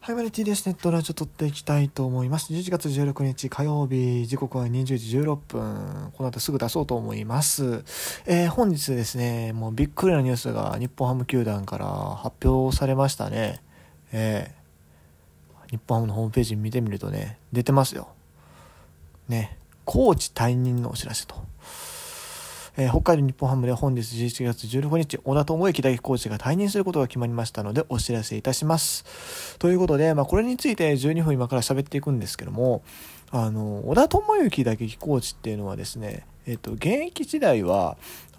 はい、マネティです。ネットラジオ撮っていきたいと思います。11月16日火曜日、時刻は20時16分。この後すぐ出そうと思います。本日ですね、もうびっくりなニュースが日本ハム球団から発表されましたね。日本ハムのホームページ見てみるとね、出てますよ。ね、コーチ退任のお知らせと。北海道日本ハムで本日11月16日、小田智之代表コーチが退任することが決まりましたのでお知らせいたします。ということで、これについて12分今から喋っていくんですけども、小田智之代表コーチっていうのはですね、現役時代は、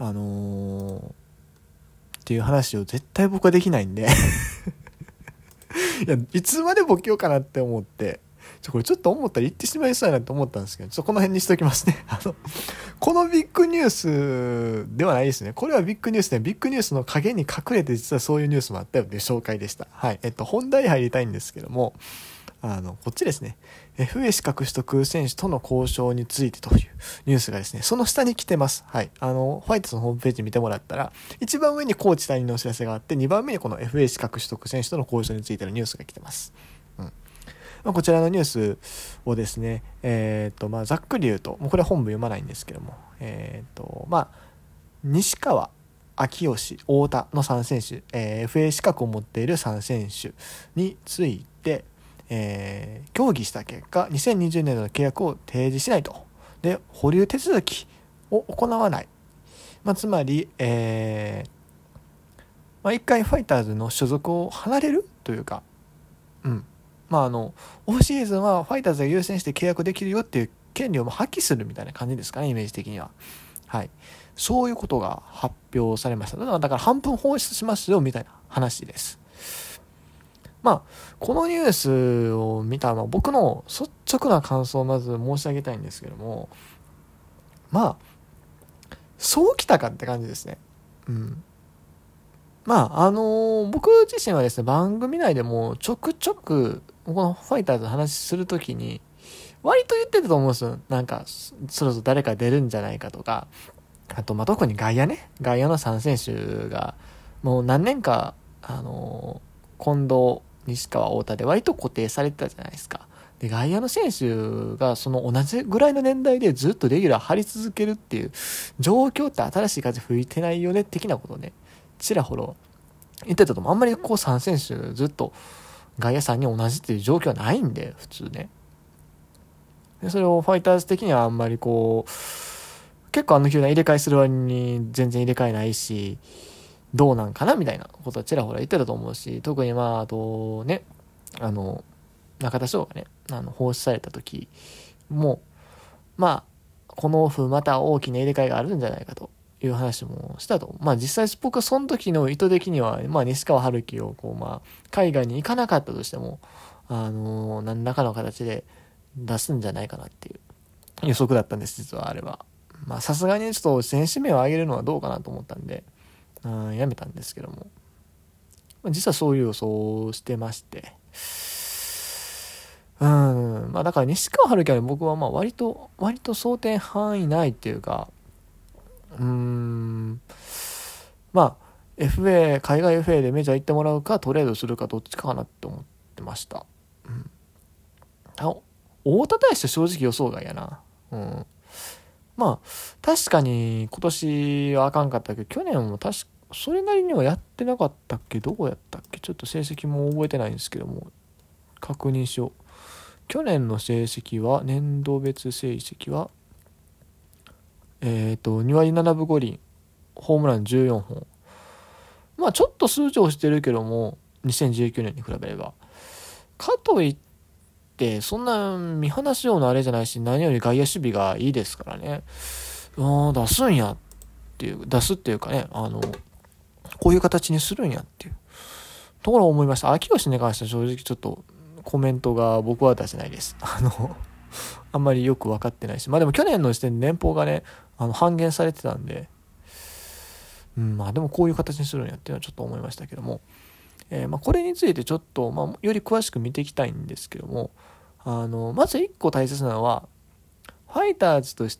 っていう話を絶対僕はできないんでいつまでボケようかなって思って、これちょっと思ったら言ってしまいそうやなと思ったんですけど、この辺にしておきますね。このビッグニュースではないですね。これはビッグニュースで、ビッグニュースの陰に隠れて実はそういうニュースもあったよっていう紹介でした。はい。本題入りたいんですけども、こっちですね。FA 資格取得選手との交渉についてというニュースがですね、その下に来てます。はい。ホワイトズのホームページ見てもらったら、一番上にコーチ退任のお知らせがあって、2番目にこの FA 資格取得選手との交渉についてのニュースが来てます。こちらのニュースをですね、ざっくり言うと、もうこれは本部読まないんですけども、西川、秋吉、太田の3選手、FA 資格を持っている3選手について、協議した結果、2020年の契約を提示しないと。で、保留手続きを行わない。つまり、一回ファイターズの所属を離れるというか、オフシーズンはファイターズが優先して契約できるよっていう権利を発揮するみたいな感じですかね、イメージ的には。はい。そういうことが発表されました。だから半分放出しますよみたいな話です。このニュースを見た僕の率直な感想をまず申し上げたいんですけども、そうきたかって感じですね。僕自身はですね、番組内でもちょくちょくこのファイターズの話するときに割と言ってたと思うんですよ。なんかそろそろ誰か出るんじゃないかとか、あと特に外野の3選手がもう何年か近藤、西川、太田で割と固定されてたじゃないですか。で、外野の選手がその同じぐらいの年代でずっとレギュラー張り続けるっていう状況って新しい風吹いてないよね的なことね、ちらほら言ってたとも、あんまり3選手ずっと外野さんに同じっていう状況はないんで、普通ね。でそれをファイターズ的にはあんまり結構球団入れ替えする割に全然入れ替えないし、どうなんかなみたいなことはちらほら言ってたと思うし、特にあとね、中田翔がね、放出された時も、このオフまた大きな入れ替えがあるんじゃないかという話もしたと。実際僕はその時の意図的には、西川春樹を海外に行かなかったとしても、何らかの形で出すんじゃないかなっていう予測だったんです、実はあれは。さすがにちょっと選手名を上げるのはどうかなと思ったんで、やめたんですけども。実はそういう予想をしてまして。だから西川春樹は僕は割と想定範囲内っていうか、FA、海外 FA でメジャー行ってもらうかトレードするかどっちかなって思ってました。太田大して正直予想外やな。確かに今年はあかんかったけど、去年もそれなりにはやってなかったっけ、どうやったっけ、ちょっと成績も覚えてないんですけども、確認しよう。去年の成績は、年度別成績は、2割7分5厘、ホームラン14本。ちょっと数字落ちてるけども、2019年に比べれば。かといって、そんな見放すようなあれじゃないし、何より外野守備がいいですからね。出すっていうかね、こういう形にするんやっていうところを思いました。秋吉に関しては正直ちょっとコメントが僕は出せないです。あんまりよく分かってないし、でも去年の時点で年俸がね、半減されてたんで、でもこういう形にするんやっていうのはちょっと思いましたけども、これについてちょっと、より詳しく見ていきたいんですけども、まず一個大切なのは、ファイターズとして、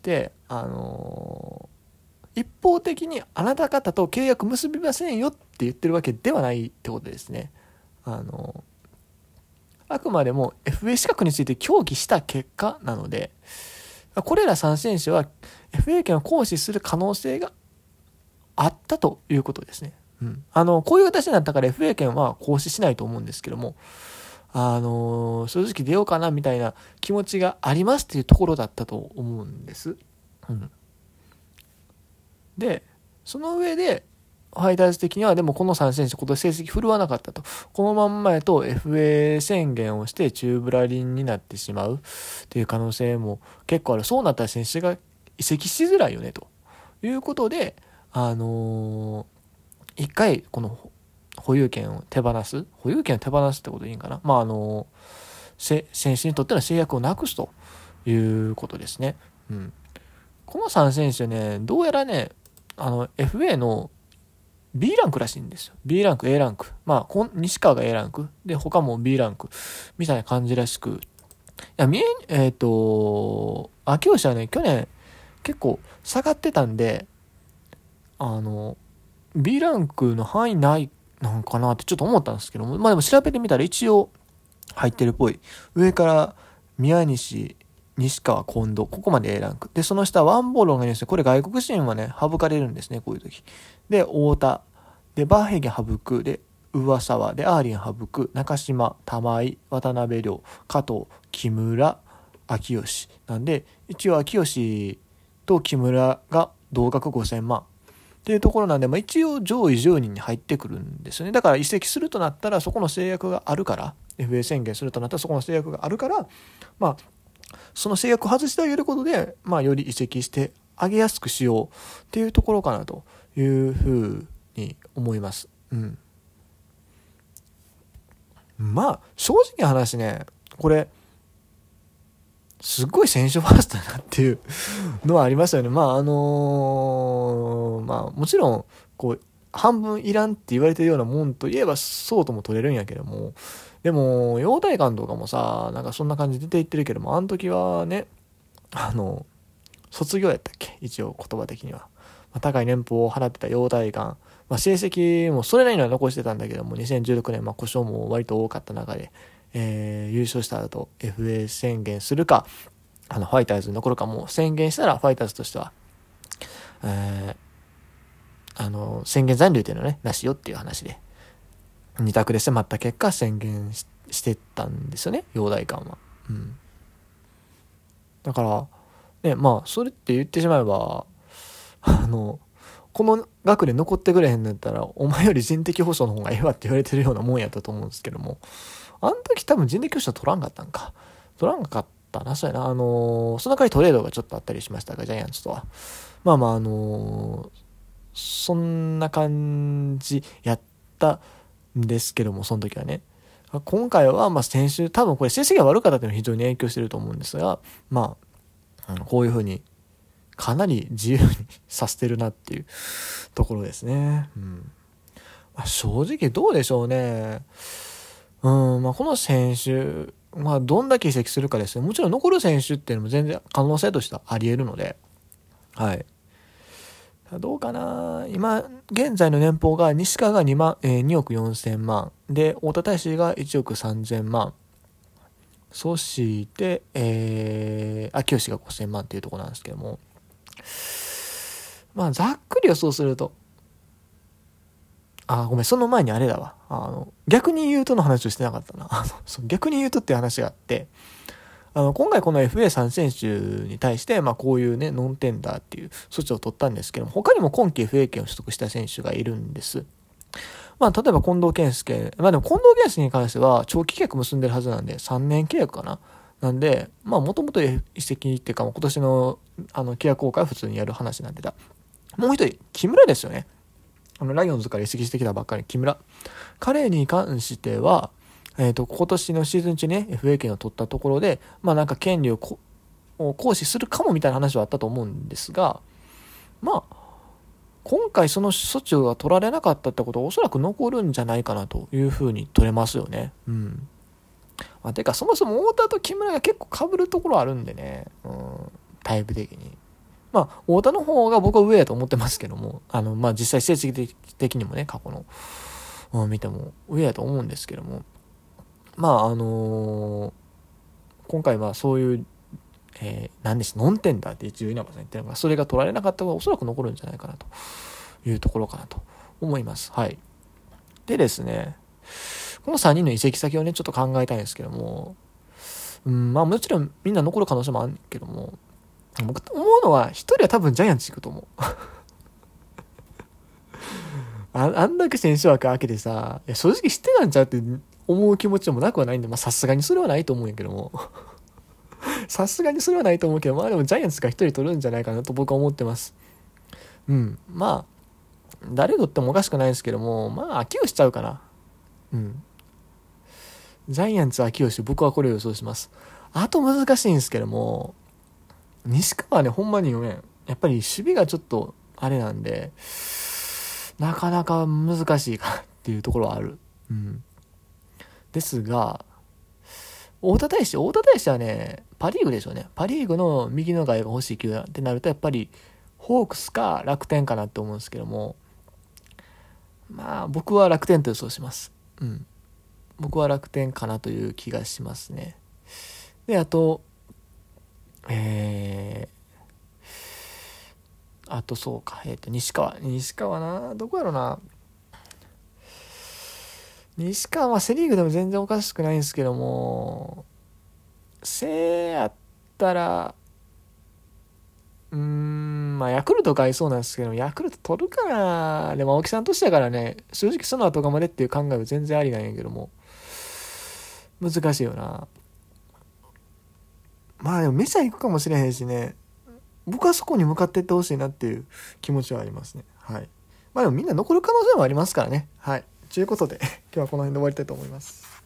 一方的にあなた方と契約結びませんよって言ってるわけではないってことですね。 あくまでも FA 資格について協議した結果なので、これら3選手は FA 権を行使する可能性があったということですね。こういう形になったから FA 権は行使しないと思うんですけども、正直出ようかなみたいな気持ちがありますっていうところだったと思うんです。で、その上で、ファイターズ的にはでもこの3選手今年成績振るわなかったと。このまんまやと FA 宣言をして宙ぶらりんになってしまうっていう可能性も結構ある。そうなったら選手が移籍しづらいよねということで、一回この保有権を手放すってことでいいんかな。選手にとっての制約をなくすということですね。この3選手ね、どうやらね、FA の B ランクらしいんですよ。B ランク、A ランク。西川が A ランク。で、他も B ランク。みたいな感じらしく。秋吉はね、去年結構下がってたんで、B ランクの範囲ないなんかなってちょっと思ったんですけども、でも調べてみたら一応入ってるっぽい。上から宮西、西川、近藤、ここまで A ランク。で、その下、ワンボーロンがいるんですよ。これ外国人はね、省かれるんですね、こういう時。で、太田。で、バーヘゲン省く。で、上沢。で、アーリン省く。中島、玉井、渡辺亮、加藤、木村、秋吉。なんで、一応秋吉と木村が同額5000万。っていうところなんで、一応上位10人に入ってくるんですよね。だから移籍するとなったら、そこの制約があるから、FA 宣言するとなったらそこの制約があるから、その制約を外してあげることで、より移籍してあげやすくしようっていうところかなというふうに思います。正直な話ね、これ、すっごい選手ファーストだなっていうのはありますよね。もちろん、半分いらんって言われてるようなもんといえばそうとも取れるんやけども、でも、陽大館とかもさ、なんかそんな感じで出ていってるけども、あの時はね、卒業やったっけ一応言葉的には。高い年俸を払ってた陽大館。成績もそれなりには残してたんだけども、2016年、故障も割と多かった中で、優勝した後、FA 宣言するか、ファイターズに残るかも宣言したら、ファイターズとしては、宣言残留っていうのはね、なしよっていう話で、二択で迫った結果宣言してたんですよね、陽大館は。だから、ね、それって言ってしまえば、この額で残ってくれへんのやったら、お前より人的保障の方がええわって言われてるようなもんやったと思うんですけども、あの時多分人的保障取らんかったんか。取らんかったな、そうやな。その代わりトレードがちょっとあったりしましたが、ジャイアンツとは。そんな感じやったんですけども、その時はね。今回は、先週、多分これ成績が悪かったというのは非常に影響してると思うんですが、こういうふうに、かなり自由にさせてるなっていうところですね。正直どうでしょうね。この選手、どんだけ移籍するかですね。もちろん残る選手っていうのも全然可能性としてはあり得るので、はい。どうかな今、現在の年俸が西川が2億4千万。で、太田大志が1億3千万。そして、秋吉が5千万っていうところなんですけども。ざっくり予想すると、ごめん、その前にあれだわ。逆に言うとの話をしてなかったな。逆に言うとっていう話があって、今回この FA3 選手に対して、こういうね、ノンテンダーっていう措置を取ったんですけども、他にも今季 FA 権を取得した選手がいるんです。例えば近藤健介。でも近藤健介に関しては、長期契約結んでるはずなんで、3年契約かな。なんで、もともと移籍っていうか、今年の、契約更改は普通にやる話になってた。もう一人、木村ですよね。ライオンズから移籍してきたばっかり木村。彼に関しては、今年のシーズン中にね、FA 権を取ったところで、なんか権利を行使するかもみたいな話はあったと思うんですが、今回その措置が取られなかったってことはおそらく残るんじゃないかなというふうに取れますよね。てかそもそも太田と木村が結構被るところあるんでね、タイプ的に。太田の方が僕は上やと思ってますけども、実際成績的にもね、過去の、見ても上やと思うんですけども、 まあ今回はそういう、何でしノンテンダーって一応稲葉さん言ってるのが、それが取られなかったのがおそらく残るんじゃないかなというところかなと思います。はい。でですね、この3人の移籍先をね、ちょっと考えたいんですけども、まあもちろんみんな残る可能性もあるけども、僕思うのは、一人は多分ジャイアンツ行くと思う。あんだけ選手枠開けてさ、いや正直知ってたんちゃうって思う気持ちもなくはないんで、まあさすがにそれはないと思うんやけども。さすがにそれはないと思うけど、まあでもジャイアンツが一人取るんじゃないかなと僕は思ってます。まあ、誰取ってもおかしくないですけども、まあ、秋吉ちゃうかな。うん。ジャイアンツ秋吉、僕はこれを予想します。あと難しいんですけども、西川はね、ほんまにね、やっぱり守備がちょっと、あれなんで、なかなか難しいかなっていうところはある。ですが、太田大使はね、パリーグでしょうね。パリーグの右の外が欲しい球団ってなると、やっぱり、ホークスか楽天かなって思うんですけども、まあ、僕は楽天と予想します。僕は楽天かなという気がしますね。で、あと、あとそうか、西川な、どこやろな。西川はセリーグでも全然おかしくないんですけども、せやったら、まあヤクルト買いそうなんですけど、ヤクルト取るかな。でも青木さんとしてだからね、正直その後がまでっていう考えは全然ありなんやけども、難しいよな。まあでもメジャー行くかもしれへんしね、僕はそこに向かっていってほしいなっていう気持ちはありますね。はい。まあでもみんな残る可能性もありますからね。はい。ということで今日はこの辺で終わりたいと思います。